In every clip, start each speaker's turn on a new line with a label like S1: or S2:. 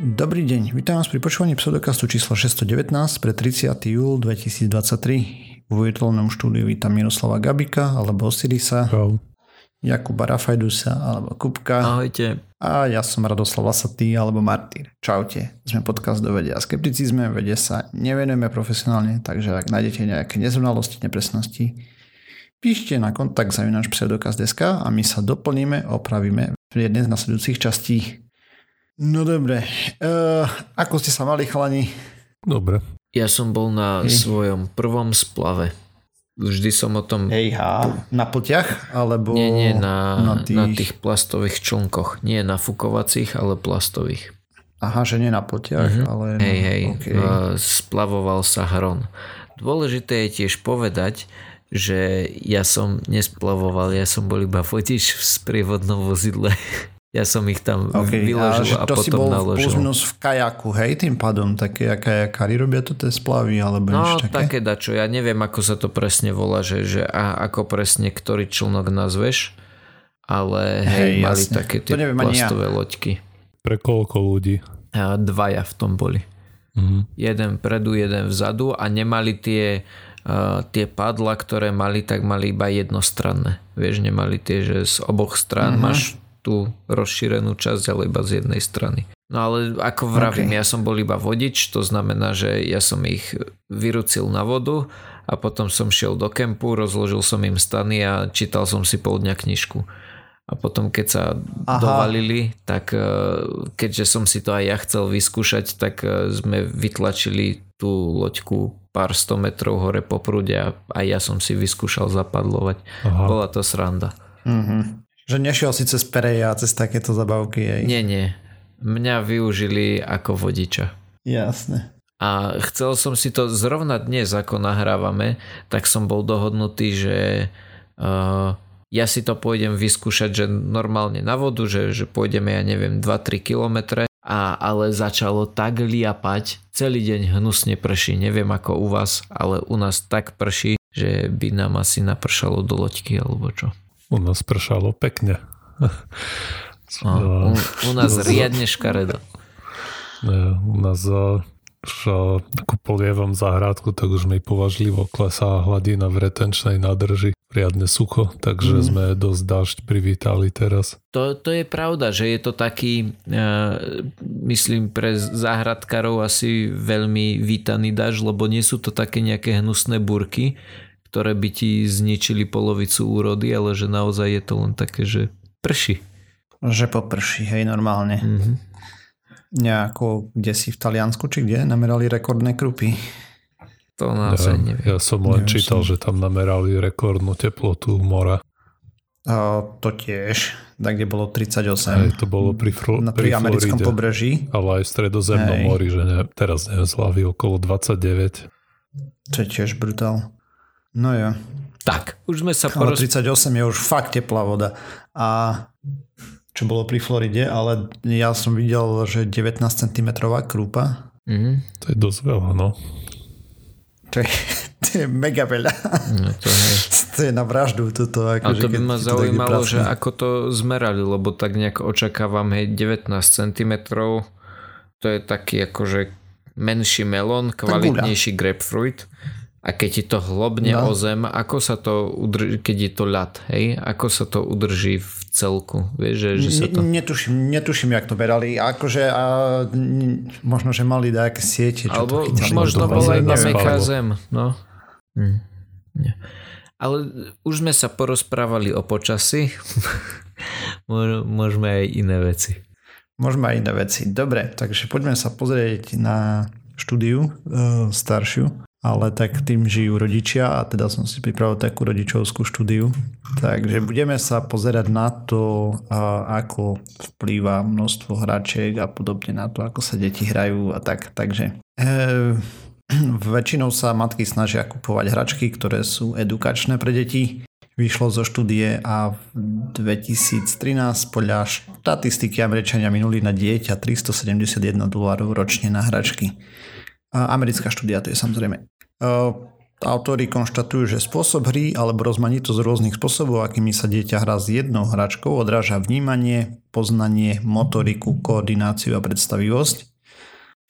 S1: Dobrý deň, vítam vás pri počúvaní pseudokastu číslo 619 pre 30. júl 2023. V virtuálnom štúdiu vítam Miroslava Gabika alebo Osirisa, Jakuba Rafajdusa alebo Kupka.
S2: Ahojte.
S1: A ja som Radoslav Lasatý alebo Martýr. Čaute. Sme podcast o vede a skepticizme. Vede sa nevenujeme profesionálne, takže ak nájdete nejaké nezrovnalosti, nepresnosti, píšte na kontakt@pseudokast.sk a my sa doplníme, opravíme v jednej z nasledujúcich častí. No dobre, ako ste sa mali, chalani?
S3: Dobre.
S2: Ja som bol na svojom prvom splave. Vždy som o tom...
S1: Na plťach? Alebo
S2: Nie, na tých plastových člnkoch. Nie na fukovacích, ale plastových.
S1: Aha, že nie na plťach, ale...
S2: Hej.
S1: Okay.
S2: Splavoval sa hron. Dôležité je tiež povedať, že ja som nesplavoval, ja som bol iba vodič v sprievodnom vozidle. Ja som ich tam vyložil a potom naložil.
S1: To si bol plus minus v kajaku, hej, tým pádom také kajakári robia to tie splavy, alebo niečo také? No,
S2: také dačo, ja neviem, ako sa to presne volá, že ako presne ktorý člnok nazveš, ale hej mali jasne. Také tie plastové loďky.
S3: Pre koľko ľudí?
S2: A dvaja v tom boli. Jeden predu, jeden vzadu a nemali tie padla, ktoré mali, tak mali iba jednostranné. Vieš, nemali tie, že z oboch strán máš tú rozšírenú časť, ale iba z jednej strany. No ale ako vravím, ja som bol iba vodič, to znamená, že ja som ich vyrucil na vodu a potom som šiel do kempu, rozložil som im stany a čítal som si pol dňa knižku. A potom keď sa dovalili, tak keďže som si to aj ja chcel vyskúšať, tak sme vytlačili tú loďku pár 100 metrov hore po prúde a aj ja som si vyskúšal zapadlovať. Bola to sranda.
S1: Že nešiel si cez pereja a cez takéto zabavky, hej?
S2: Nie. Mňa využili ako vodiča.
S1: Jasné.
S2: A chcel som si to zrovna dnes, ako nahrávame, tak som bol dohodnutý, že ja si to pôjdem vyskúšať, že normálne na vodu, že pôjdeme, ja neviem, 2-3 kilometre, ale začalo tak liapať, celý deň hnusne prší, neviem ako u vás, ale u nás tak prší, že by nám asi napršalo do loďky alebo čo.
S3: U nás pršalo pekne.
S2: U nás riadne škaredo.
S3: U nás ako polievam záhradku, tak už mi považlivo klesá hladina v retenčnej nádrži. Riadne sucho, takže sme dosť dážď privítali teraz.
S2: To je pravda, že je to taký, myslím, pre záhradkárov asi veľmi vítaný dážď, lebo nie sú to také nejaké hnusné búrky, ktoré by ti zničili polovicu úrody, ale že naozaj je to len také, že prší.
S1: Že poprší, hej, normálne. Nejako, kde si v Taliansku, či kde namerali rekordné krupy?
S2: To naozaj neviem.
S3: Ja som len čítal, že tam namerali rekordnú teplotu mora.
S1: To tiež, tak kde bolo 38.
S3: Aj to bolo pri
S1: americkom
S3: Floride,
S1: pobreží.
S3: Ale aj v stredozemnom mori, že teraz neviem, zľavy okolo 29.
S1: To je tiež brutál. No jo.
S2: Tak, už sme sa
S1: 38 je už fakt teplá voda. A čo bolo pri Floride, ale ja som videl, že 19 cm krúpa.
S3: To je dosť veľa, no.
S1: To je mega veľa.
S2: No,
S1: to je na vraždu.
S2: Ale to by ma zaujímalo, že ako to zmerali, lebo tak nejak očakávam, 19 cm, to je taký akože menší melón, kvalitnejší grapefruit. A keď ti to hlobne o zem, ako sa to udrží, keď je to ľad, hej? Ako sa to udrží v celku? Vieš, že sa to...
S1: Netuším, jak to berali. Akože možno, že mali nejaké siete, čo
S2: alebo
S1: to chytali.
S2: Možno bola iba meká zem. No. Nie. Ale už sme sa porozprávali o počasí. Môžeme aj iné veci.
S1: Môžeme aj iné veci. Dobre, takže poďme sa pozrieť na štúdiu staršiu. Ale tak tým žijú rodičia a teda som si pripravil takú rodičovskú štúdiu. Takže budeme sa pozerať na to, ako vplýva množstvo hračiek a podobne na to, ako sa deti hrajú a tak. Takže väčšinou sa matky snažia kupovať hračky, ktoré sú edukačné pre deti. Vyšlo zo štúdie a v 2013 podľa štatistiky Američania minuli na dieťa $371 ročne na hračky. Americká štúdia, to je samozrejme. Autori konštatujú, že spôsob hry alebo rozmanitosť rôznych spôsobov, akými sa dieťa hrá s jednou hračkou, odráža vnímanie, poznanie, motoriku, koordináciu a predstavivosť.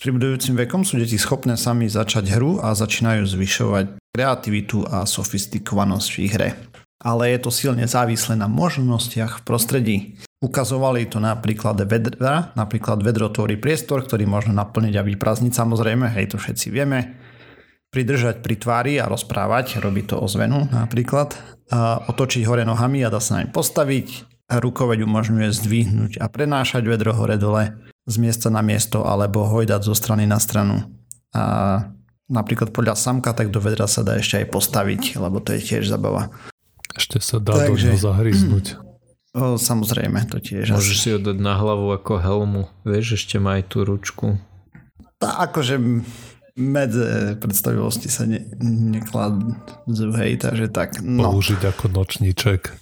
S1: S pribudujúcim vekom sú deti schopné sami začať hru a začínajú zvyšovať kreativitu a sofistikovanosť v ich hre. Ale je to silne závislé na možnostiach v prostredí. Ukazovali to napríklad vedra, napríklad vedro tvorí priestor, ktorý možno naplniť a vyprázdniť, samozrejme, hej, to všetci vieme. Pridržať pri tvári a rozprávať, robí to ozvenu napríklad. Otočiť hore nohami a dá sa naň postaviť. Rukoveď umožňuje zdvihnúť a prenášať vedro hore-dole z miesta na miesto alebo hojdať zo strany na stranu. A napríklad podľa samka, tak do vedra sa dá ešte aj postaviť, lebo to je tiež zabava.
S3: Ešte sa dá do ňoho zahryznúť.
S1: Samozrejme, to tiež.
S2: Môžeš si ho dať na hlavu ako helmu. Vieš, ešte má aj tú ručku.
S1: Akože medze predstavivosti sa nekladú, hej, takže tak. No.
S3: Použiť ako nočníček.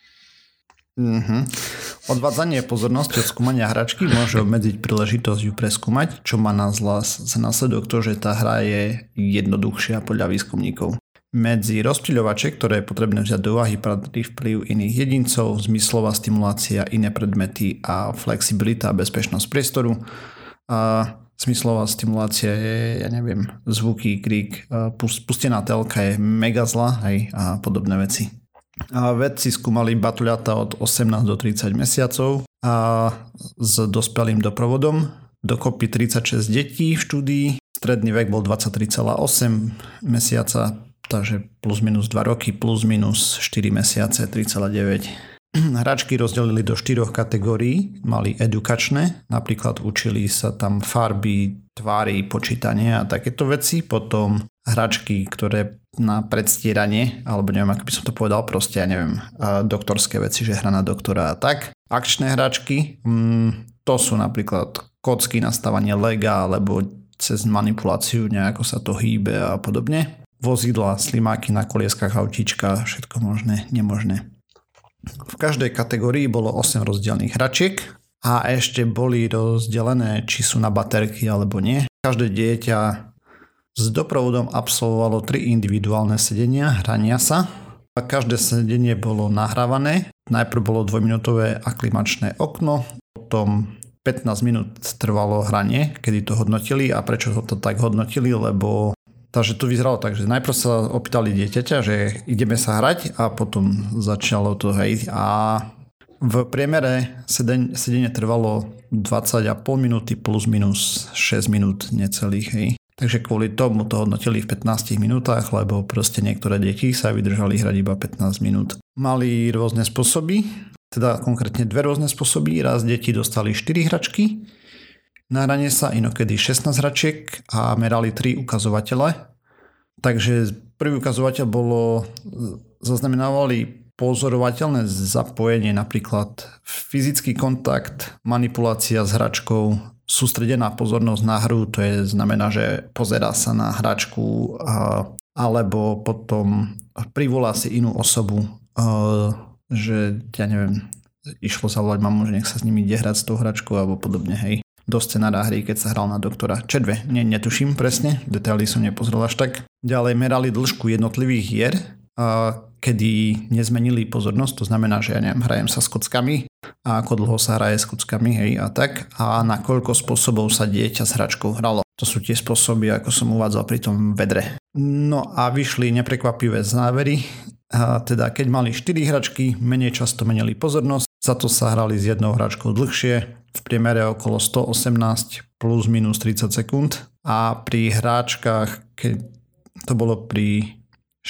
S1: Odvádzanie pozornosti od skúmania hračky môže obmedziť príležitosť ju preskúmať, čo má na následok to, že tá hra je jednoduchšia podľa výskumníkov. Medzi rozptýľovače, ktoré je potrebné vziať do úvahy, patrí vplyv iných jedincov, zmyslová stimulácia, iné predmety a flexibilita a bezpečnosť priestoru. A zmyslová stimulácia je, ja neviem, zvuky, krík, pustená telka je mega zlá, hej, a podobné veci. A vedci skúmali batuľata od 18 do 30 mesiacov a s dospelým doprovodom. Dokopy 36 detí v štúdii. Stredný vek bol 23,8 mesiaca, takže plus minus 2 roky, plus minus 4 mesiace, 3,9. Hračky rozdelili do 4 kategórií. Mali edukačné, napríklad učili sa tam farby, tvary, počítanie a takéto veci. Potom hračky, ktoré na predstieranie, alebo neviem, ako by som to povedal, proste, ja neviem, doktorské veci, že hra na doktora a tak. Akčné hračky, to sú napríklad kocky, nastavanie lega, alebo cez manipuláciu nejako sa to hýbe a podobne. Vozidla, slimáky na kolieskách, autíčka, všetko možné, nemožné. V každej kategórii bolo 8 rozdielných hračiek a ešte boli rozdelené, či sú na baterky alebo nie. Každé dieťa s doprovodom absolvovalo 3 individuálne sedenia, hrania sa. Každé sedenie bolo nahrávané. Najprv bolo 2-minútové aklimačné okno, potom 15 minút trvalo hranie, kedy to hodnotili a prečo to tak hodnotili, lebo takže to vyzeralo tak, že najprv sa opýtali dieťaťa, že ideme sa hrať a potom začalo to, hej. A v priemere sedenie trvalo 20,5 minúty plus minus 6 minút necelých, hej. Takže kvôli tomu to hodnotili v 15 minútach, lebo proste niektoré deti sa vydržali hrať iba 15 minút. Mali rôzne spôsoby, teda konkrétne 2 rôzne spôsoby. Raz deti dostali 4 hračky na hranie sa, inokedy 16 hračiek a merali 3 ukazovatele. Takže prvý ukazovateľ zaznamenávali pozorovateľné zapojenie, napríklad fyzický kontakt, manipulácia s hračkou, sústredená pozornosť na hru, to je znamená, že pozerá sa na hračku alebo potom privolá si inú osobu, že ja neviem, išlo zavolať mamu, že nech sa s nimi ide hrať s tou hračkou alebo podobne, hej. Do scenára hry, keď sa hral na doktora. Čedve, netuším presne, detaily som nepozrel až tak. Ďalej merali dĺžku jednotlivých hier, kedy nezmenili pozornosť, to znamená, že ja neviem, hrajem sa s kockami a ako dlho sa hraje s kockami, hej, a tak. A na koľko spôsobov sa dieťa s hračkou hralo. To sú tie spôsoby, ako som uvádzal pri tom vedre. No a vyšli neprekvapivé závery. Teda keď mali 4 hračky, menej často menili pozornosť, za to sa hrali s jednou hračkou dlhšie, v priemere okolo 118 plus minus 30 sekúnd a pri hráčkach, keď to bolo pri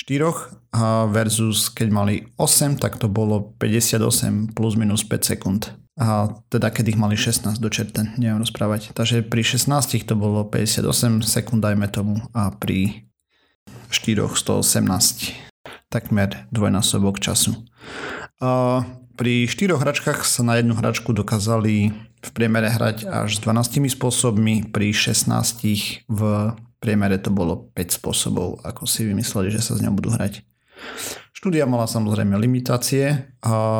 S1: 4 versus keď mali 8, tak to bolo 58 plus minus 5 sekúnd. A teda keď ich mali 16 dočerten, neviem rozprávať. Takže pri 16 to bolo 58 sekúnd, dajme tomu, a pri 4 118. Takmer dvojnásobok času. Pri 4 hračkách sa na jednu hračku dokázali v priemere hrať až s 12 spôsobmi, pri 16 v priemere to bolo 5 spôsobov, ako si vymysleli, že sa s ňou budú hrať. Štúdia mala samozrejme limitácie.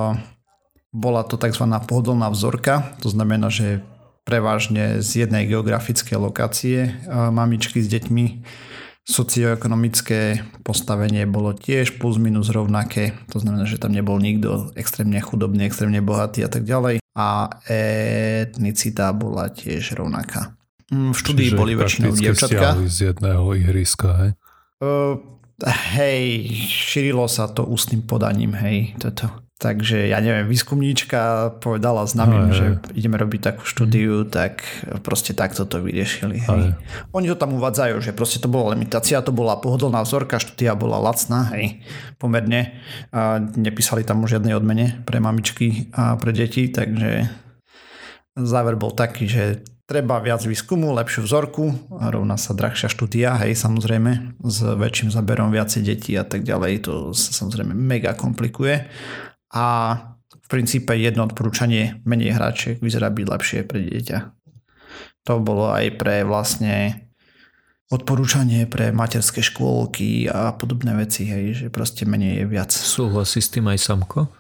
S1: Bola to tzv. Pohodlná vzorka, to znamená, že prevažne z jednej geografickej lokácie mamičky s deťmi. Socioekonomické postavenie bolo tiež plus minus rovnaké, to znamená, že tam nebol nikto extrémne chudobný, extrémne bohatý a tak ďalej. A etnicita bola tiež rovnaká. V štúdii boli väčšinou dievčatka.
S3: Z jedného ihriska, hej?
S1: Hej, šírilo sa to ústnym podaním, hej, toto. Takže ja neviem, výskumníčka povedala známym, že ideme robiť takú štúdiu, tak proste takto to vyriešili. Hej. Oni to tam uvádzajú, že proste to bola limitácia, to bola pohodlná vzorka, štúdia bola lacná, hej, pomerne. A nepísali tam o žiadnej odmene pre mamičky a pre deti, takže záver bol taký, že treba viac výskumu, lepšiu vzorku a rovná sa drahšia štúdia, hej, samozrejme, s väčším záberom viacej detí a tak ďalej, to sa samozrejme mega komplikuje. A v princípe jedno odporúčanie, menej hračiek vyzerá byť lepšie pre dieťa. To bolo aj pre vlastne odporúčanie pre materské škôlky a podobné veci, hej, že proste menej je viac.
S2: Súhlasí s tým aj Samko?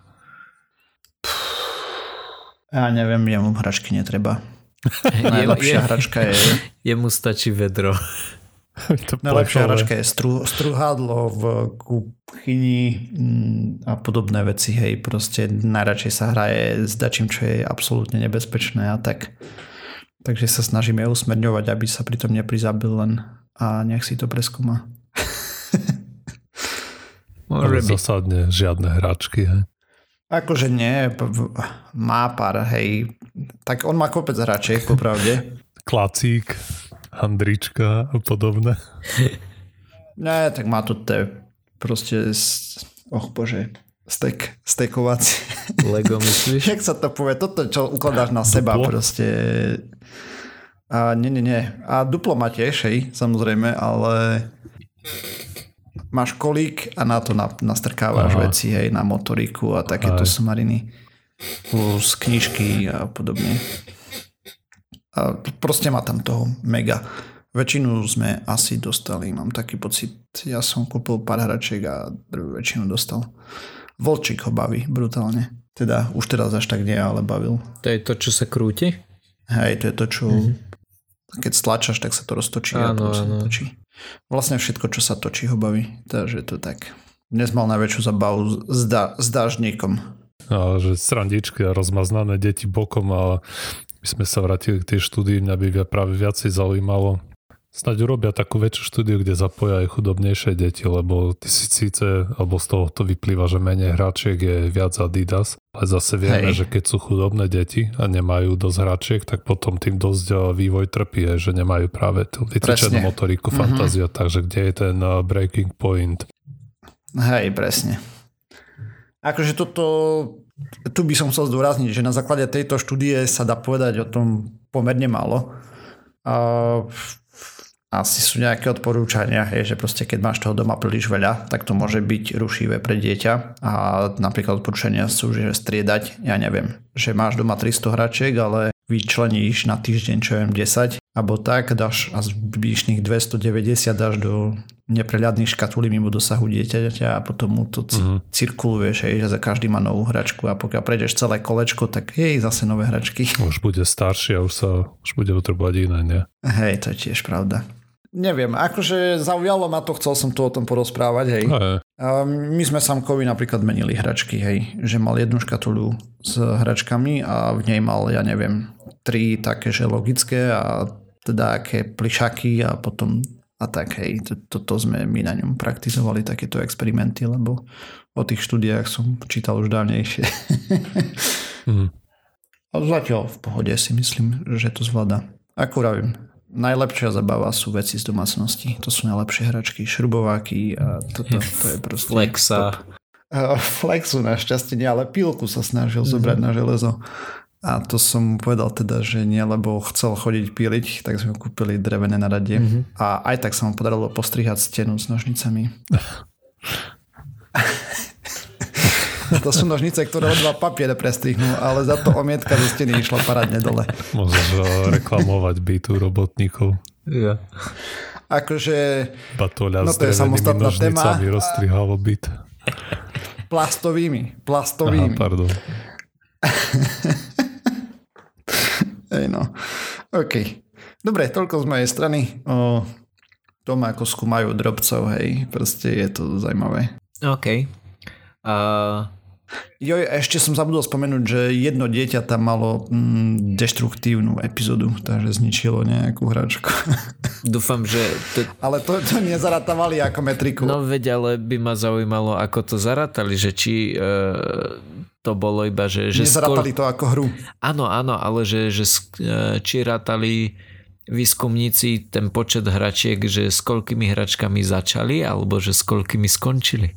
S1: Ja neviem, jemu hračky netreba. Najlepšia hračka je...
S2: Jemu stačí vedro.
S1: Najlepšia hračka je struhadlo v kuchyni a podobné veci, hej, proste najradšej sa hraje s dačím, čo je absolútne nebezpečné a tak. Takže sa snažíme usmerňovať, aby sa pritom neprizabil len a nech si to preskúma.
S3: Ale zasadne žiadne hračky, hej?
S1: Akože nie, má pár, hej. Tak on má kopec hračiek, popravde.
S3: Klacík, handrička a podobné.
S1: Nie, tak má to proste stekovací.
S2: Lego myslíš?
S1: Jak sa to povie? Toto, čo ukladáš na seba proste. A nie. A duplo má tiež, hej, samozrejme, ale máš kolík a na to nastrkávaš veci, hej, na motoriku a takéto sumariny. Plus knižky a podobne. A proste má tam toho mega. Väčšinu sme asi dostali, mám taký pocit. Ja som kúpil pár hračiek a väčšinu dostal. Volčík ho baví brutálne. Teda už teraz až tak nie, ale bavil.
S2: To je to, čo sa krúti?
S1: Hej, to je to, čo keď stlačaš, tak sa to roztočí a potom sa to točí. Vlastne všetko, čo sa točí, ho baví. Takže to tak. Dnes mal najväčšiu zabavu s dáždníkom.
S3: A že srandičky a rozmaznané deti bokom a my sme sa vrátili k tej štúdii, mňa by práve viacej zaujímalo. Snáď urobia takú väčšiu štúdiu, kde zapoja aj chudobnejšie deti, lebo ty si síce, alebo z toho to vyplýva, že menej hračiek je viac Adidas, ale zase vieme, že keď sú chudobné deti a nemajú dosť hračiek, tak potom tým dosť vývoj trpí, že nemajú práve tú vycvičenú motoriku, fantáziu, takže kde je ten breaking point?
S1: Hej, presne. Akože tu by som chcel zdôrazniť, že na základe tejto štúdie sa dá povedať o tom pomerne málo. Asi sú nejaké odporúčania, že proste keď máš toho doma príliš veľa, tak to môže byť rušivé pre dieťa a napríklad odporúčania sú, že striedať, ja neviem, že máš doma 300 hračiek, ale vyčleníš na týždeň, čo viem, 10 alebo tak, dáš a zvyšných 290 dáš do neprehľadných škatulí mimo dosahu dieťaťa a potom mu to cirkuluješ, že za každý má novú hračku a pokiaľ prejdeš celé kolečko, tak zase nové hračky. Už
S3: bude starší a už bude potrebovať iné, nie?
S1: Hej, to je tiež pravda. Neviem, akože zaujalo ma to, chcel som tu o tom porozprávať, hej. My sme Samkovi napríklad menili hračky, hej, že mal jednu škatuľu s hračkami a v nej mal, ja neviem, 3 také, že logické a teda aké plišaky a potom a tak, hej, toto sme my na ňom praktizovali, takéto experimenty, lebo o tých štúdiách som čítal už dávnejšie. A zatiaľ v pohode si myslím, že to zvláda. Ako vravím, najlepšia zabava sú veci z domácnosti. To sú najlepšie hračky, šrubováky a toto, to je proste
S2: Flexa.
S1: Flexu našťastie nie, ale pílku sa snažil zobrať na železo. A to som mu povedal teda, že nie, lebo chcel chodiť píliť, tak sme kúpili drevené naradie. A aj tak sa mu podarilo postrihať stenu s nožnicami. To sú nožnice, ktoré o 2 papiere prestrihnú, ale za to omietka zo steny išla parádne dole.
S3: Môžeš reklamovať bytu robotníkov.
S2: Ja.
S1: Akože...
S3: Batoľa s drevenými nožnicami rozstrihalo byt.
S1: Plastovými.
S3: Aha, pardon.
S1: No. OK. Dobre, toľko z mojej strany o tom, ako skúmajú drobcov, hej. Proste je to zaujímavé.
S2: OK.
S1: Joj, ešte som zabudol spomenúť, že jedno dieťa tam malo deštruktívnu epizódu, takže zničilo nejakú hračku.
S2: Dúfam, že...
S1: Ale to nezarátavali ako metriku.
S2: No veď, ale by ma zaujímalo, ako to zarátali, že či to bolo iba, že...
S1: Nezarátali to ako hru.
S2: Áno, ale že či rátali výskumníci ten počet hračiek, že s koľkými hračkami začali, alebo že s koľkými skončili.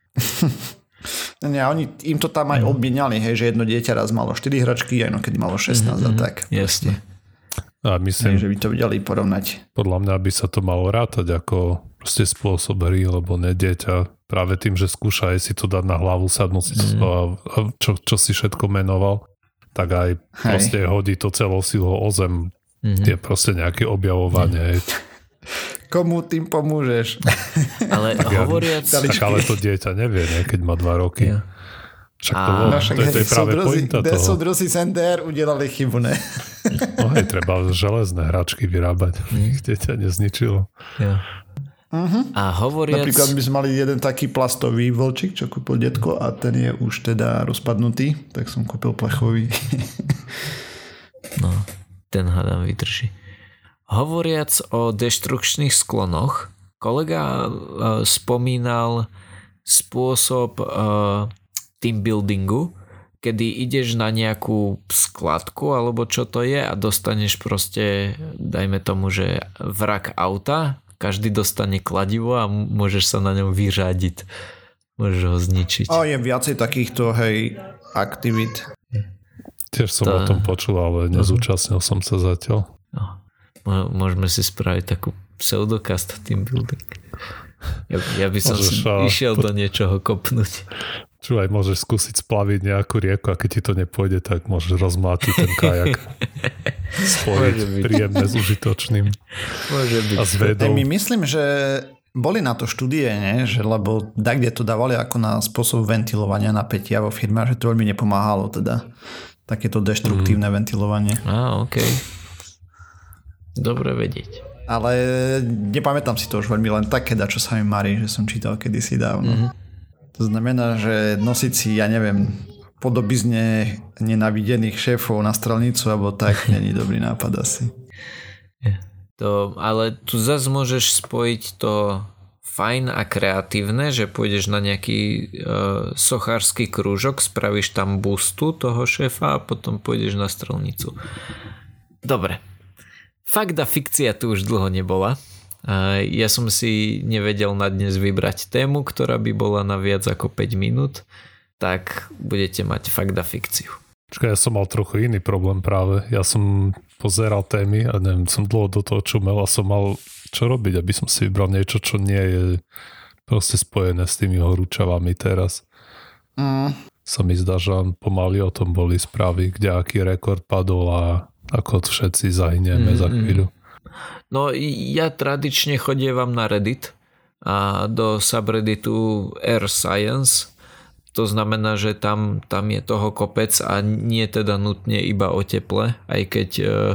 S1: Nie, im to tam aj obmieniali, hej, že jedno dieťa raz malo 4 hračky a kedy malo 16 a tak.
S2: Jasne.
S3: A myslím,
S1: že by to vedeli porovnať.
S3: Podľa mňa by sa to malo rátať ako proste spôsob hry, lebo ne dieťa práve tým, že skúša aj si to dať na hlavu, sadnúť si to a čo si všetko menoval, tak aj proste hodí to celou silou o zem. Tie proste nejaké objavovanie.
S1: Komu tým pomôžeš?
S2: Ale hovoriac...
S3: Ale to dieťa nevie, keď má 2 roky.
S2: Ja.
S3: Však to je práve pointa toho.
S1: Súdruzi z NDR udelali chybu, ne?
S3: No hej, treba železné hračky vyrábať. Dieťa nezničilo.
S2: Ja. A hovoriac...
S1: Napríklad by sme mali jeden taký plastový vlčík, čo kúpil detko a ten je už teda rozpadnutý, tak som kúpil plechový.
S2: No, ten hádam vydrží. Hovoriac o deštrukčných sklonoch, kolega spomínal spôsob team buildingu, kedy ideš na nejakú skladku alebo čo to je a dostaneš proste, dajme tomu, že vrak auta, každý dostane kladivo a môžeš sa na ňom vyřadiť. Môžeš ho zničiť.
S1: Je viacej takýchto, hej, aktivít.
S3: Tiež som o tom počul, ale nezúčastnil som sa zatiaľ.
S2: No. Môžeme si spraviť takú pseudokast team building. Ja by som išiel do niečoho kopnúť.
S3: Čúvaj, môžeš skúsiť splaviť nejakú rieku a keď ti to nepôjde, tak môžeš rozmlátiť ten kajak. Spojiť príjemné s užitočným.
S2: Môže byť.
S3: A s vedou.
S1: My myslím, že boli na to štúdie, nie? Že, lebo kde to dávali ako na spôsob ventilovania napätia vo firmách, že to veľmi nepomáhalo teda. Takéto deštruktívne ventilovanie.
S2: OK. Dobre vedieť.
S1: Ale nepamätám si to už veľmi, len také, čo sa mi marí, že som čítal kedysi dávno. To znamená, že nosiť si, ja neviem, podobizne nenávidených šéfov na strelnicu, alebo tak, není dobrý nápad asi.
S2: Ale tu zase môžeš spojiť to fajn a kreatívne, že pôjdeš na nejaký sochársky krúžok, spravíš tam bustu toho šéfa a potom pôjdeš na strelnicu. Dobre. Fakt a fikcia tu už dlho nebola. Ja som si nevedel na dnes vybrať tému, ktorá by bola na viac ako 5 minút, tak budete mať fakt a fikciu.
S3: Čakaj, ja som mal trochu iný problém práve. Ja som pozeral témy a neviem, som dlho do toho čumel a som mal čo robiť, aby som si vybral niečo, čo nie je proste spojené s tými horúčavami teraz. Sa mi zdá, že pomaly o tom boli správy, kde aký rekord padol a ako všetci zahynieme za chvíľu.
S2: No ja tradične chodievam na Reddit a do subredditu Air Science. To znamená, že tam je toho kopec a nie teda nutne iba o teple, aj keď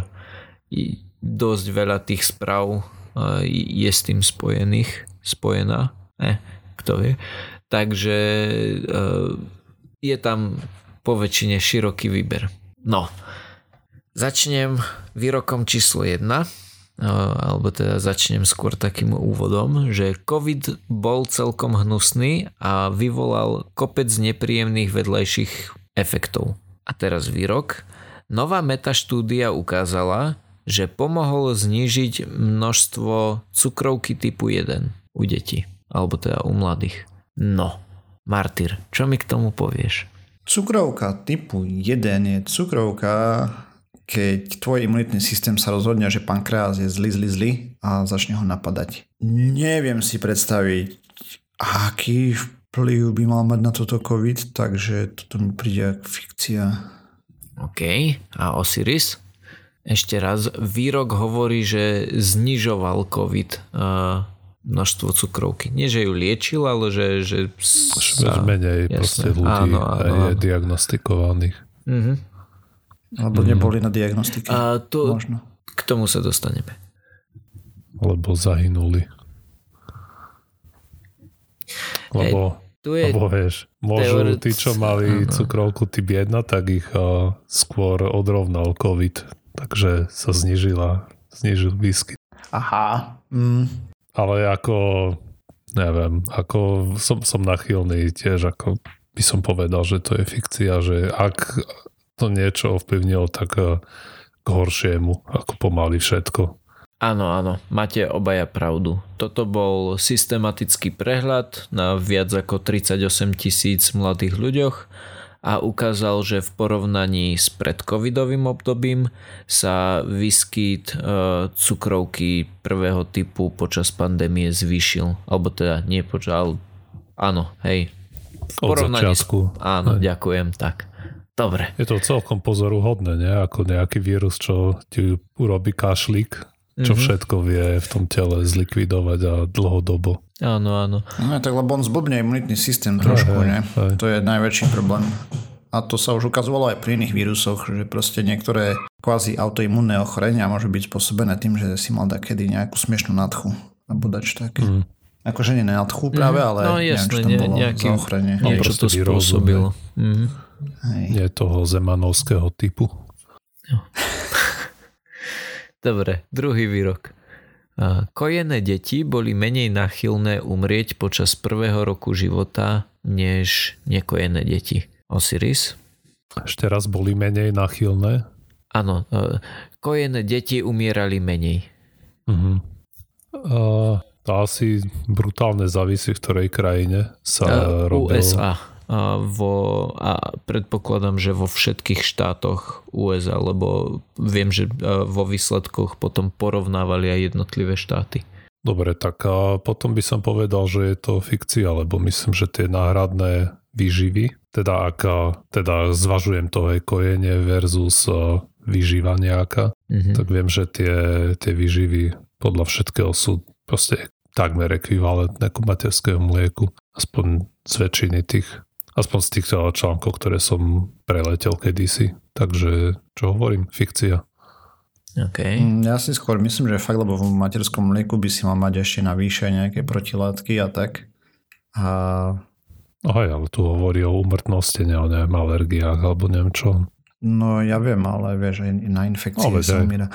S2: dosť veľa tých správ je s tým spojená. Kto vie. Takže je tam po väčšine široký výber. No, začnem výrokom číslo 1, alebo teda začnem skôr takým úvodom, že COVID bol celkom hnusný a vyvolal kopec nepríjemných vedľajších efektov. A teraz výrok. Nová metaštúdia ukázala, že pomohol znížiť množstvo cukrovky typu 1 u detí, alebo teda u mladých. No, Martyr, čo mi k tomu povieš?
S1: Cukrovka typu 1 je cukrovka, keď tvoj imunitný systém sa rozhodne, že pankreas je zlý a začne ho napadať. Neviem si predstaviť, aký vplyv by mal mať na toto COVID, takže toto mi príde ako fikcia.
S2: OK, a Osiris? Ešte raz, výrok hovorí, že znižoval COVID množstvo cukrovky. Nie, že ju liečil, ale že sa...
S3: menej proste ľudí je diagnostikovaných.
S1: Alebo neboli na diagnostike. Možno.
S2: K tomu sa dostaneme.
S3: Lebo zahynuli. Lebo
S2: Tu je...
S3: Lebo vieš, môžu tí, čo mali cukrovku typ 1, tak ich skôr odrovnal COVID, takže sa znížil výskyt.
S1: Aha.
S3: Ale ako, neviem, ako som nachylný tiež, ako by som povedal, že to je fikcia, že ak to niečo ovplyvnilo, tak k horšiemu, ako pomaly všetko.
S2: Áno, máte obaja pravdu. Toto bol systematický prehľad na viac ako 38 000 mladých ľuďoch a ukázal, že v porovnaní s predcovidovým obdobím sa výskyt cukrovky prvého typu počas pandémie zvýšil. Alebo teda nie počas, áno, hej. V porovnaní
S3: od začiatku.
S2: Áno, ďakujem, tak. Dobre.
S3: Je to celkom pozoruhodné, nie? Ako nejaký vírus, čo ti urobí kašlík, čo všetko vie v tom tele zlikvidovať a dlhodobo.
S2: Áno.
S1: No tak lebo on zblbne imunitný systém trošku, nie? To je najväčší problém. A to sa už ukazovalo aj pri iných vírusoch, že proste niektoré kvázi autoimmunné ochorenia môžu byť spôsobené tým, že si mal takedy nejakú smiešnú nadchu. Alebo dač tak. Akože nie nadchu práve, ale
S2: no, jasné,
S1: neviem, čo tam bolo za ochorenie.
S2: Niečo to spôsobilo.
S3: Nie toho zemanovského typu.
S2: No. Dobre, druhý výrok. Kojené deti boli menej náchylné umrieť počas prvého roku života než nekojené deti. Osiris?
S3: Ešte raz boli menej náchylné?
S2: Áno, kojené deti umierali menej.
S3: To asi brutálne závisí, v ktorej krajine sa robilo.
S2: USA. A predpokladám, že vo všetkých štátoch USA, lebo viem, že vo výsledkoch potom porovnávali aj jednotlivé štáty.
S3: Dobre, tak potom by som povedal, že je to fikcia, lebo myslím, že tie náhradné výživy, teda ak zvažujem to aj kojenie versus výživa nejaká, tak viem, že tie výživy podľa všetkého sú proste takmer ekvivalentné ku materskému mlieku, aspoň z väčšiny aspoň z tých článkov, ktoré som preletel kedysi. Takže, čo hovorím? Fikcia.
S2: Okay.
S1: Ja si skôr myslím, že fakt, lebo v materskom mlieku by si mal mať ešte navýše nejaké protilátky a tak.
S3: Ale tu hovorí o úmrtnosti, o neviem, alergiách alebo neviem čo.
S1: No ja viem, ale vieš, aj na infekcie sa umiera.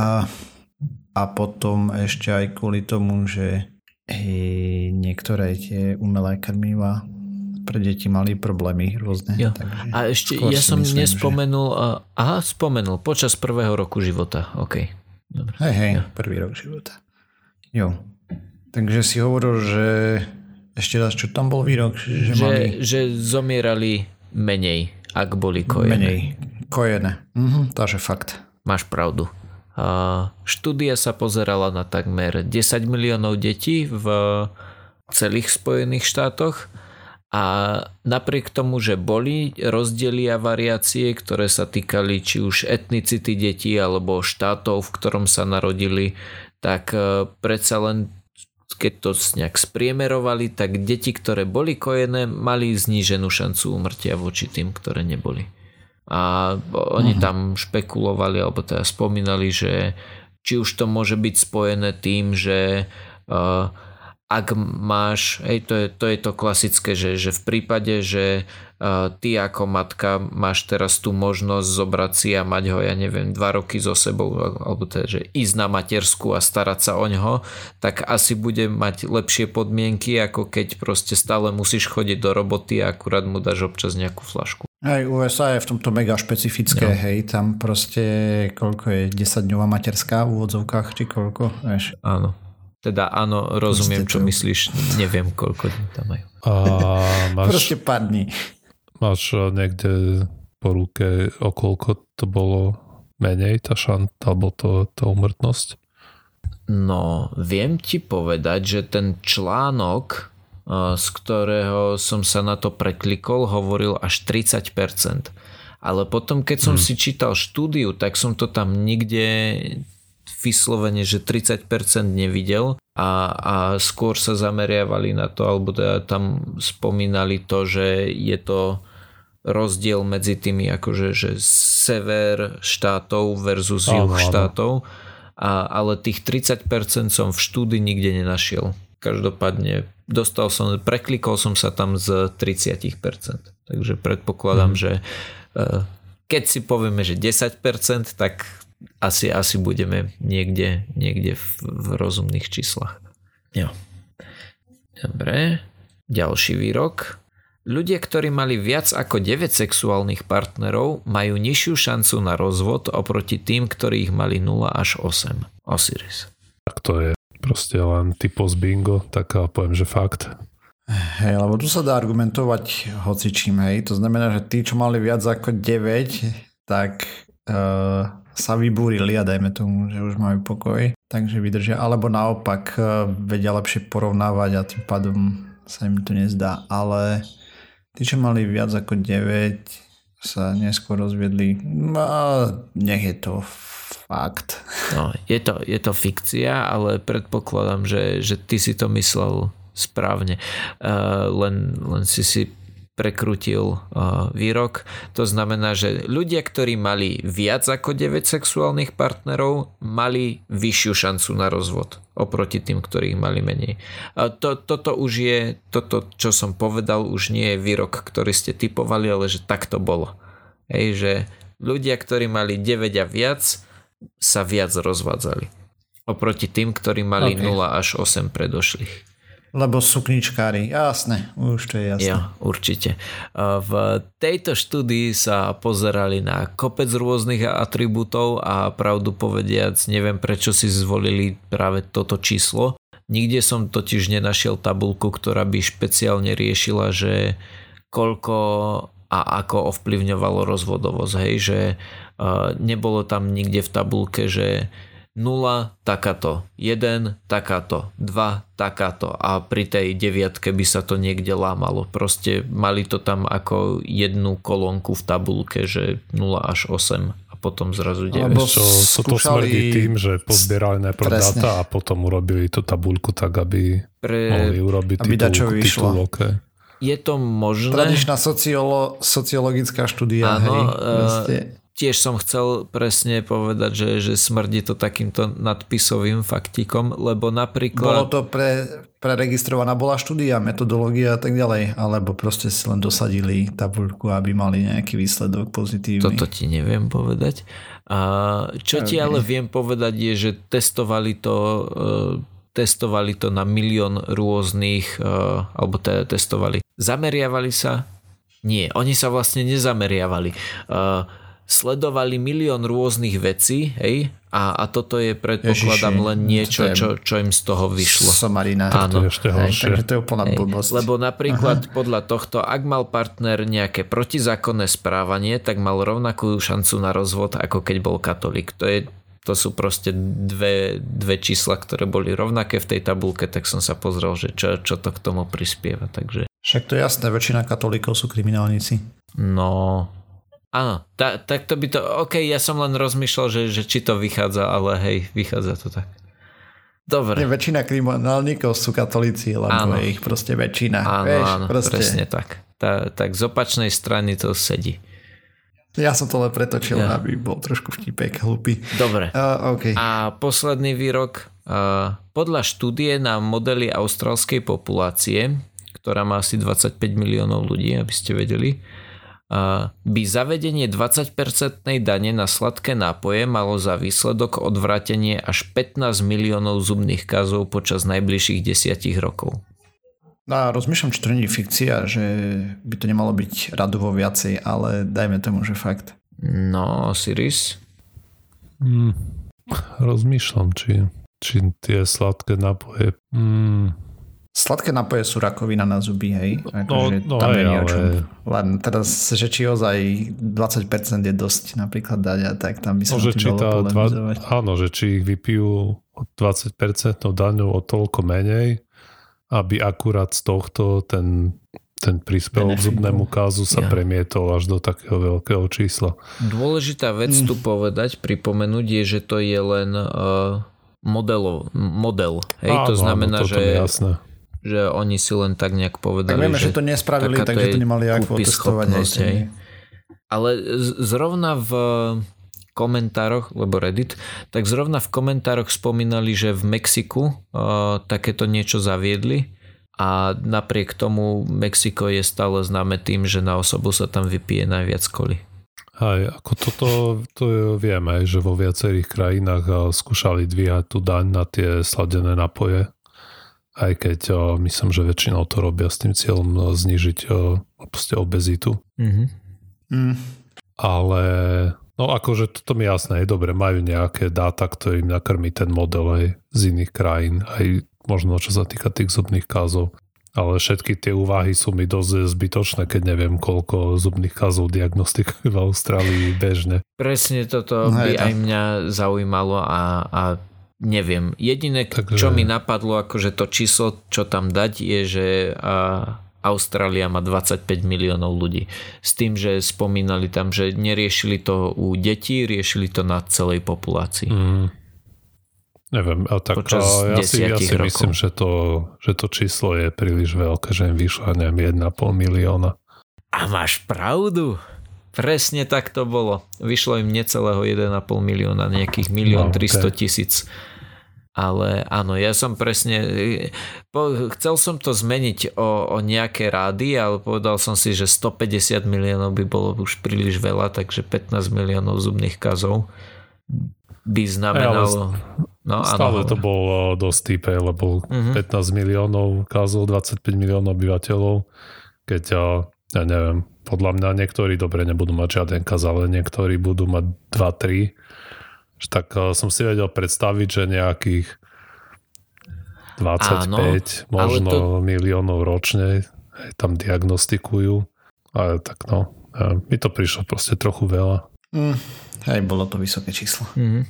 S1: A potom ešte aj kvôli tomu, že niektoré tie umelé krmivá pre deti mali problémy rôzne. Takže
S2: a ešte ja som nespomenul, spomenul počas prvého roku života. OK. Dobre.
S1: Hej, prvý rok života. Jo. Takže si hovoril, že ešte raz, čo tam bol výrok?
S2: Že zomierali menej, ak boli kojené.
S1: Menej kojené. Takže fakt.
S2: Máš pravdu. Štúdia sa pozerala na takmer 10 miliónov detí v celých Spojených štátoch a napriek tomu, že boli rozdiely a variácie, ktoré sa týkali či už etnicity detí alebo štátov, v ktorom sa narodili, tak predsa len keď to nejak spriemerovali, tak deti, ktoré boli kojené, mali zníženú šancu úmrtia voči tým, ktoré neboli. A oni tam špekulovali, alebo teda spomínali, že či už to môže byť spojené tým, že ak máš, to je to klasické, že v prípade, že ty ako matka máš teraz tú možnosť zobrať si a mať ho, 2 roky so sebou, alebo teda, že ísť na matersku a starať sa o ňoho, tak asi bude mať lepšie podmienky, ako keď proste stále musíš chodiť do roboty a akurát mu dáš občas nejakú flašku.
S1: Aj USA je v tomto mega špecifické, tam proste koľko je 10-dňová materská v úvodzovkách, či koľko, vieš?
S2: Áno. Teda áno, rozumiem, čo myslíš, neviem, koľko tam majú.
S1: Proste pár dní.
S3: Máš niekde po ruke, o koľko to bolo menej, tá alebo tá úmrtnosť?
S2: No, viem ti povedať, že ten článok, z ktorého som sa na to preklikol, hovoril až 30%. Ale potom, keď som si čítal štúdiu, tak som to tam nikde vyslovene, že 30% nevidel a skôr sa zameriavali na to, alebo teda tam spomínali to, že je to rozdiel medzi tými akože že sever štátov versus juh štátov, ale tých 30% som v štúdii nikde nenašiel. každopádne preklikol som sa tam z 30%. Takže predpokladám, že keď si povieme, že 10%, tak asi budeme niekde v rozumných číslach. Jo. Dobre. Ďalší výrok. Ľudia, ktorí mali viac ako 9 sexuálnych partnerov, majú nižšiu šancu na rozvod oproti tým, ktorí ich mali 0 až 8. Osiris.
S3: Tak to je proste len typos bingo, tak poviem, že fakt.
S1: Hej, lebo tu sa dá argumentovať hocičím, hej. To znamená, že tí, čo mali viac ako 9, tak sa vybúrili a dajme tomu, že už majú pokoj, takže vydržia. Alebo naopak vedia lepšie porovnávať a tým pádom sa im to nezdá. Ale tí, čo mali viac ako 9, sa neskôr rozviedli. Nech je to fakt.
S2: No, je to fikcia, ale predpokladám, že ty si to myslel správne. Len si prekrútil výrok. To znamená, že ľudia, ktorí mali viac ako 9 sexuálnych partnerov, mali vyššiu šancu na rozvod oproti tým, ktorí mali menej. Toto už je, čo som povedal, už nie je výrok, ktorý ste typovali, ale že tak to bolo. Hej, že ľudia, ktorí mali 9 a viac, sa viac rozvádzali oproti tým, ktorí mali 0 až 8 predošlých.
S1: Lebo sukničkári, jasné, už to je jasné.
S2: Ja, určite. V tejto štúdii sa pozerali na kopec rôznych atribútov a pravdu povediac, neviem prečo si zvolili práve toto číslo. Nikde som totiž nenašiel tabuľku, ktorá by špeciálne riešila, že koľko a ako ovplyvňovalo rozvodovosť. Hej, že nebolo tam nikde v tabuľke, že 0 takáto, 1 takáto, 2 takáto a pri tej 9 by sa to niekde lámalo. Proste mali to tam ako jednu kolónku v tabuľke, že 0 až 8 a potom zrazu 9.
S3: Toto smrdí tým, že pozbierali najprv dáta a potom urobili tú tabuľku tak, aby mohli urobiť titulok.
S2: Je to možné?
S1: Tradičná sociologická štúdia.
S2: Áno, tiež som chcel presne povedať, že smrdí to takýmto nadpisovým faktikom, lebo napríklad...
S1: Bolo to preregistrovaná bola štúdia, metodológia a tak ďalej, alebo proste si len dosadili tabuľku, aby mali nejaký výsledok pozitívny.
S2: Toto ti neviem povedať. Čo ti ale viem povedať je, že testovali to na milión rôznych, alebo testovali. Zameriavali sa? Nie, oni sa vlastne nezameriavali. Sledovali milión rôznych vecí, hej, a toto je, predpokladám, len niečo, čo im z toho vyšlo.
S1: Somarina.
S2: Áno.
S3: To je ešte horšie.
S1: Takže to je úplná blbosť.
S2: Lebo napríklad podľa tohto, ak mal partner nejaké protizákonné správanie, tak mal rovnakú šancu na rozvod, ako keď bol katolík. To sú proste dve čísla, ktoré boli rovnaké v tej tabulke, tak som sa pozrel, že čo to k tomu prispieva. Takže...
S1: Však to je jasné, väčšina katolíkov sú kriminálnici.
S2: No... Áno, tak to by to... OK, ja som len rozmýšľal, že či to vychádza, ale hej, vychádza to tak. Dobre.
S1: Väčšina kriminálnikov sú katolíci, lebo je ich proste väčšina.
S2: Áno, presne tak. Tak z opačnej strany to sedí.
S1: Ja som to len pretočil, aby bol trošku vtipek, hlupý.
S2: Dobre.
S1: Okay.
S2: A posledný výrok. Podľa štúdie na modely austrálskej populácie, ktorá má asi 25 miliónov ľudí, aby ste vedeli, by zavedenie 20% dane na sladké nápoje malo za výsledok odvrátenie až 15 miliónov zubných kazov počas najbližších 10 rokov.
S1: No, rozmýšľam, či to nie je fikcia, že by to nemalo byť radovo viacej, ale dajme tomu, že fakt.
S2: No, Osiris?
S3: Rozmýšľam, či tie sladké nápoje...
S1: Sladké nápoje sú rakovina na zuby, hej?
S3: Tam je
S1: o čom. Len teraz, že či ozaj 20% je dosť napríklad dať a tak tam by sa tým dalo polemizovať.
S3: Áno, že či ich vypijú 20% daňou o toľko menej, aby akurát z tohto ten príspevok k zubnému kázu sa premietol až do takého veľkého čísla.
S2: Dôležitá vec tu povedať, pripomenúť je, že to je len model. Hej, to znamená, že oni si len tak nejak povedali,
S1: tak vieme, že to nespravili, takže to nemali ako testovať.
S2: Ale zrovna komentároch, lebo Reddit, tak zrovna v komentároch spomínali, že v Mexiku takéto niečo zaviedli a napriek tomu Mexiko je stále známe tým, že na osobu sa tam vypije najviac koli.
S3: Aj, ako to vieme, že vo viacerých krajinách skúšali dvíhať tú daň na tie sladené napoje, aj keď myslím, že väčšinou to robia s tým cieľom znížiť obezitu. Ale no akože toto mi jasné, je dobre, majú nejaké dáta, ktorým nakrmí ten model aj z iných krajín, aj možno čo sa týka tých zubných kázov. Ale všetky tie úvahy sú mi dosť zbytočné, keď neviem, koľko zubných kázov diagnostikujú v Austrálii bežne.
S2: Presne toto by aj mňa zaujímalo a neviem. Jediné, čo mi napadlo, akože to číslo, čo tam dať, je, že Austrália má 25 miliónov ľudí. S tým, že spomínali tam, že neriešili to u detí, riešili to na celej populácii.
S3: Neviem, ja si myslím, že to číslo je príliš veľké, že im vyšlo, neviem, 1,5 milióna.
S2: A máš pravdu. Presne tak to bolo. Vyšlo im necelého 1,5 milióna, nejakých 1 300 000. Ale áno, ja som presne chcel som to zmeniť o nejaké rády, ale povedal som si, že 150 miliónov by bolo už príliš veľa, takže 15 miliónov zubných kazov by znamenalo... No,
S3: stále to bol dosť týpe, lebo 15 miliónov kazov, 25 miliónov obyvateľov, keď ja neviem, podľa mňa niektorí dobre nebudú mať žiaden kaz, ale niektorí budú mať 2-3. Tak som si vedel predstaviť, že nejakých 25 možno miliónov ročne tam diagnostikujú. Ale tak no, mi to prišlo proste trochu veľa.
S1: Hej, bolo to vysoké číslo.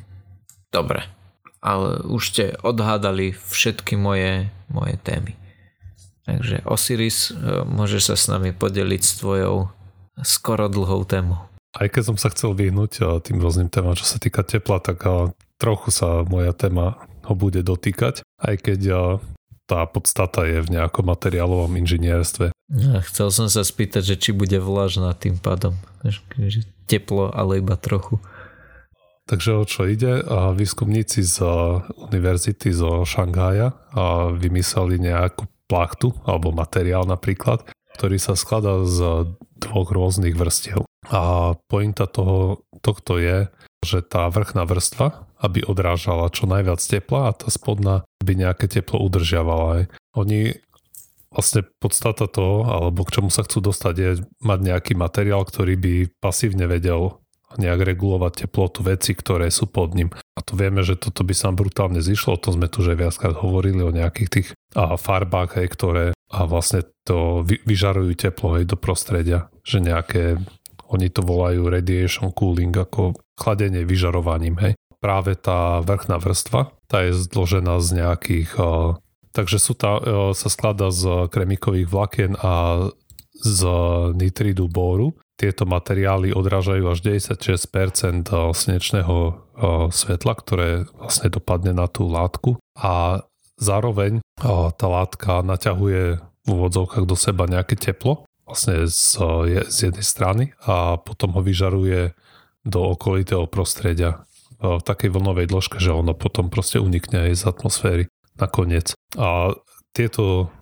S2: Dobre, ale už ste odhádali všetky moje témy. Takže Osiris, môžeš sa s nami podeliť s tvojou skoro dlhou témou.
S3: Aj keď som sa chcel vyhnúť tým rôznym témam, čo sa týka tepla, tak trochu sa moja téma ho bude dotýkať, aj keď tá podstata je v nejakom materiálovom inžinierstve.
S2: Chcel som sa spýtať, že či bude vlažná tým pádom. Teplo, ale iba trochu.
S3: Takže o čo ide? Výskumníci z univerzity zo Šanghaja vymysleli nejakú plachtu alebo materiál napríklad, ktorý sa skladá z 2 rôznych vrstiev. A pointa tohto je, že tá vrchná vrstva, aby odrážala čo najviac tepla a tá spodná by nejaké teplo udržiavala. Oni vlastne podstata toho, alebo k čomu sa chcú dostať, je mať nejaký materiál, ktorý by pasívne vedel nejak regulovať teplotu veci, ktoré sú pod ním. A to vieme, že toto by sa brutálne zišlo, o tom sme tu že viackrát hovorili, o nejakých tých farbách, ktoré vlastne to vyžarujú teplo do prostredia, že nejaké, oni to volajú radiation cooling, ako chladenie vyžarovaním. Práve tá vrchná vrstva, tá je zložená z nejakých, takže sa skladá z kremikových vlákien a z nitridu bóru. Tieto materiály odrážajú až 96% slnečného svetla, ktoré vlastne dopadne na tú látku a zároveň tá látka naťahuje v úvodzovkách do seba nejaké teplo vlastne z jednej strany a potom ho vyžaruje do okolitého prostredia v takej vlnovej dĺžke, že ono potom proste unikne aj z atmosféry nakoniec. A tieto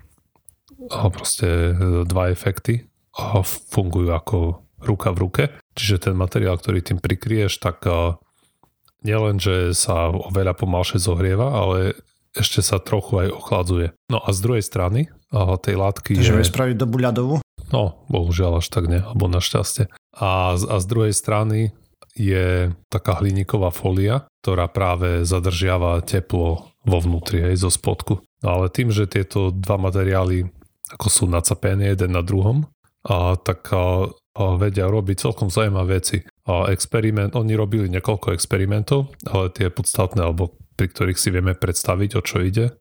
S3: proste 2 efekty fungujú ako ruka v ruke. Čiže ten materiál, ktorý tým prikryješ, tak nielen, že sa oveľa pomalšie zohrieva, ale ešte sa trochu aj ochladzuje. No a z druhej strany tej látky
S1: Takže vie spraviť dobu ľadovú?
S3: No, bohužiaľ až tak nie, alebo našťastie. A z druhej strany je taká hliníková fólia, ktorá práve zadržiava teplo vo vnútri, zo spodku. No ale tým, že tieto 2 materiály ako sú nacapené jeden na druhom, tak vedia robiť celkom zaujímavé veci. Oni robili niekoľko experimentov, ale tie podstatné, alebo pri ktorých si vieme predstaviť, o čo ide,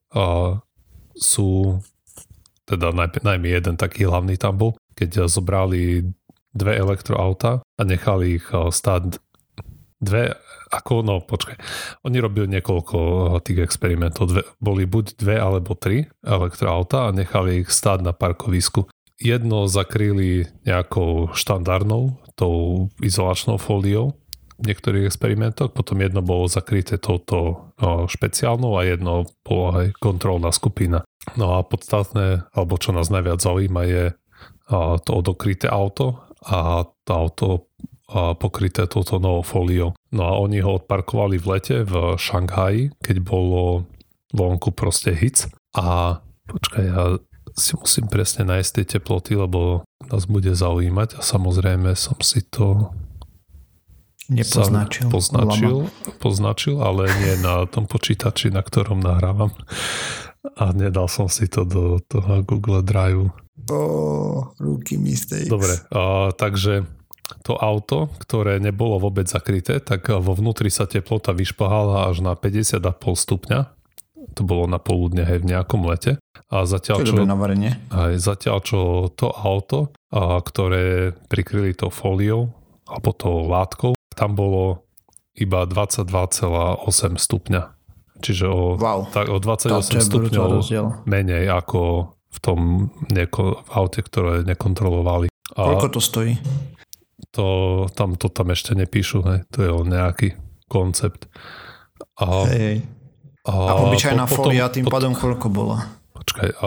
S3: sú teda najmä jeden taký hlavný tam bol, keď zobrali 2 elektroauta a nechali ich stáť Oni robili niekoľko tých experimentov. Boli buď 2 alebo 3 elektroauta a nechali ich stáť na parkovisku. Jedno zakryli nejakou štandardnou, tou izolačnou fóliou niektorých experimentoch, potom jedno bolo zakryté touto špeciálnou a jedno bolo aj kontrolná skupina. No a podstatné, alebo čo nás najviac zaujíma, je to odokryté auto a to auto pokryté touto novou fóliou. No a oni ho odparkovali v lete v Šanghaji, keď bolo vonku proste hic. A počkaj, ja si musím presne nájsť tie teploty, lebo nás bude zaujímať a samozrejme som si to poznačil, ale nie na tom počítači, na ktorom nahrávam. A nedal som si to do toho Google Drive.
S1: Rookie mistakes.
S3: Dobre, takže to auto, ktoré nebolo vôbec zakryté, tak vo vnútri sa teplota vyšplhala až na 50,5 stupňa. To bolo na poludne, hej, v nejakom lete. A zatiaľ, čo to auto, ktoré prikryli tou fóliou alebo tou látkou, tam bolo iba 22,8 stupňa. Čiže o 28 stupňov menej ako v tom aute, ktoré nekontrolovali.
S1: Koľko to stojí?
S3: To tam ešte nepíšu, hej. To je nejaký koncept.
S1: Hej. A obyčajná fólia tým pádom koľko bola?
S3: Počkaj.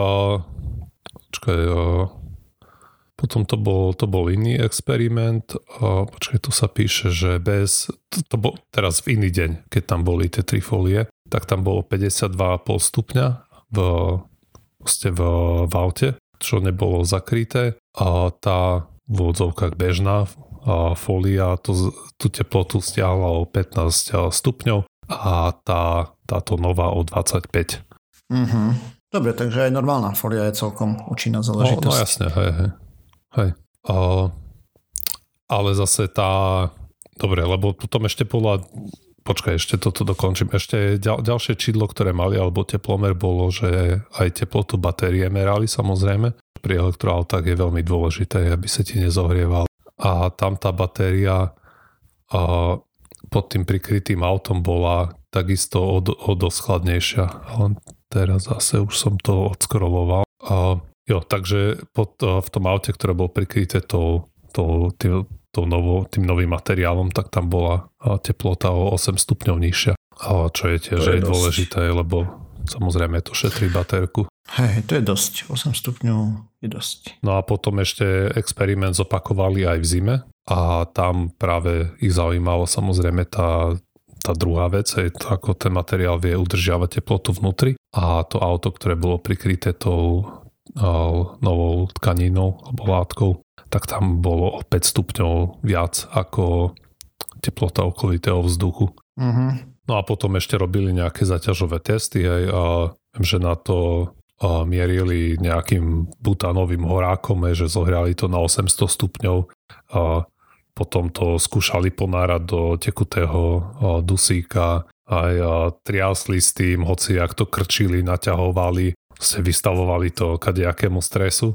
S3: Potom to bol iný experiment. Počkaj, tu sa píše, že to bol teraz v iný deň, keď tam boli tie 3 fólie, tak tam bolo 52,5 stupňa v aute, čo nebolo zakryté. A tá v odzovkách bežná fólia tú teplotu stiahla o 15 stupňov a táto nová o 25.
S1: Dobre, takže aj normálna fólia je celkom účinná záležitosť.
S3: No jasne, hej. Ale zase dobre, lebo potom ešte počkaj, ešte toto dokončím. Ešte ďalšie čidlo, ktoré mali, alebo teplomer bolo, že aj teplotu batérie merali, samozrejme. Pri elektroautách je veľmi dôležité, aby sa ti nezohrieval. A tam tá batéria pod tým prikrytým autom bola takisto o dosť chladnejšia. Ale teraz zase už som to odskroloval. Takže v tom aute, ktoré bolo prikryté tým novým materiálom, tak tam bola teplota o 8 stupňov nižšia. Čo je tiež dôležité, lebo samozrejme to šetrí baterku.
S1: Hej, to je dosť. 8 stupňov je dosť.
S3: No a potom ešte experiment zopakovali aj v zime a tam práve ich zaujímalo samozrejme tá druhá vec, je to, ako ten materiál vie udržiavať teplotu vnútri a to auto, ktoré bolo prikryté tou novou tkaninou alebo látkou, tak tam bolo o 5 stupňov viac ako teplota okolitého vzduchu. No a potom ešte robili nejaké zaťažové testy a viem, že na to mierili nejakým butánovým horákom, že zohrali to na 800 stupňov a potom to skúšali ponárať do tekutého dusíka aj triasli s tým, hoci ak to krčili, naťahovali, vystavovali to kadejakému stresu.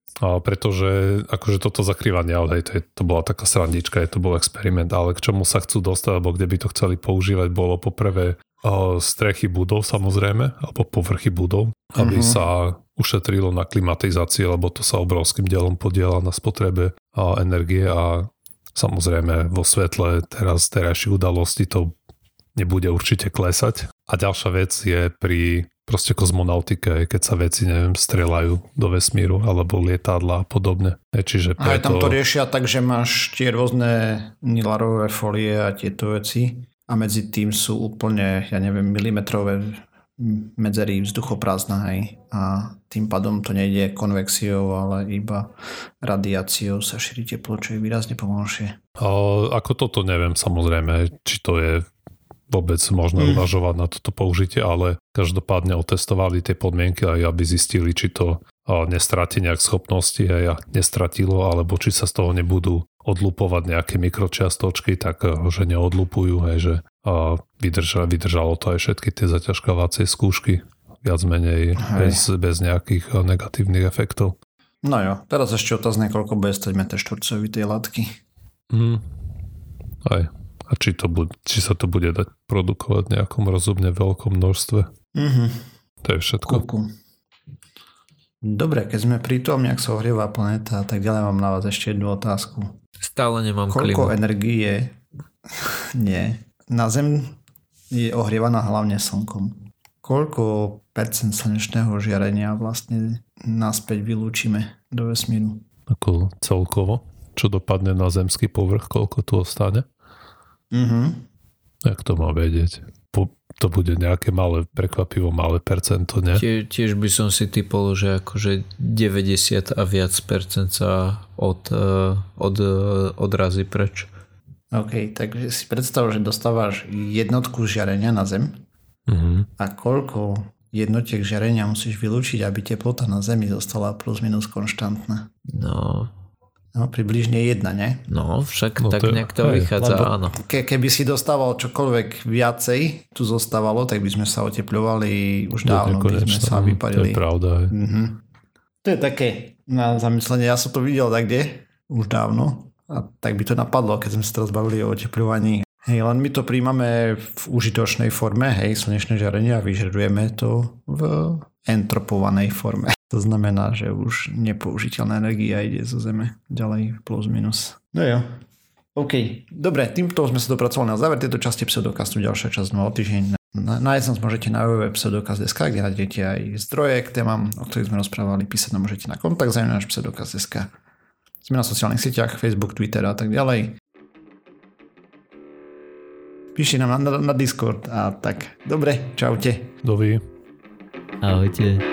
S3: Pretože akože toto zakrývanie, ale to bola taká srandička, to bol experiment, ale k čomu sa chcú dostať, alebo kde by to chceli používať, bolo poprvé strechy budov samozrejme, alebo povrchy budov, aby sa ušetrilo na klimatizácii, lebo to sa obrovským dielom podieľa na spotrebe energie a samozrejme vo svetle terajších udalostí to nebude určite klesať. A ďalšia vec je pri proste kozmonautike, keď sa veci, strieľajú do vesmíru alebo lietadla a podobne. Čiže preto...
S1: Aj tam to riešia tak, že máš tie rôzne nilarové folie a tieto veci a medzi tým sú úplne, milimetrové medzery vzduchoprázdna, hej. A tým pádom to nejde konvexiou, ale iba radiáciou sa šíri teplo, čo je výrazne pomalšie.
S3: Ako toto neviem samozrejme, či to je vôbec možné uvažovať na toto použitie, ale každopádne otestovali tie podmienky aj aby zistili, či to nestratí nejak schopnosti a nestratilo, alebo či sa z toho nebudú odlupovať nejaké mikročiastočky, tak že neodlupujú, že vydržalo to aj všetky tie zaťažkávacie skúšky viac menej bez nejakých negatívnych efektov.
S1: No jo, teraz ešte otázne, koľko bude stať meter štvorcový tej látky.
S3: Aj. A či sa to bude dať produkovať v nejakom rozumne veľkom množstve. To je všetko.
S1: Dobre, keď sme pri tom, nejak sa ohrieva planéta, tak ďalej mám na vás ešte jednu otázku.
S2: Stále nemám
S1: Koľko
S2: klimu.
S1: energie Nie. Na Zem je ohrievaná hlavne slnkom. Koľko percent slnečného žiarenia vlastne naspäť vylúčime do vesmíru?
S3: Ako celkovo? Čo dopadne na zemský povrch, koľko tu ostane? Jak to má vedieť? To bude nejaké malé, prekvapivo malé percento, nie?
S2: Tiež by som si typol, že akože 90 a viac percent sa odrazí preč.
S1: OK, takže si predstav, že dostávaš jednotku žiarenia na Zem a koľko jednotiek žiarenia musíš vylúčiť, aby teplota na Zemi zostala plus minus konštantná. No, približne 1, nie?
S2: No, však tak nejak to vychádza, áno.
S1: Keby si dostával čokoľvek viacej, tu zostávalo, tak by sme sa otepľovali už dávno, by sme sa vyparili.
S3: To je pravda.
S1: To je také na zamyslenie. Ja som to videl tak kde už dávno a tak by to napadlo, keď sme sa teraz bavili o otepľovaní. Hej, len my to príjmame v užitočnej forme, hej, slnečné žiarenie a vyžadujeme to v entropovanej forme. To znamená, že už nepoužiteľná energia ide zo Zeme ďalej plus minus. No jo. OK. Dobre, týmto sme sa dopracovali na záver tejto časti Pseudokastu. Ďalšia časť o týždeň. Nájsť nás môžete na www.pseudokast.sk, kde nájdete aj zdroje k témam, o ktorých sme rozprávali. Písať nám môžete na kontakt @pseudokast.sk. Sme na sociálnych sieťach, Facebook, Twitter a tak ďalej. Píšte nám na Discord a tak. Dobre, čaute.
S3: Dovi.
S2: Ahojte.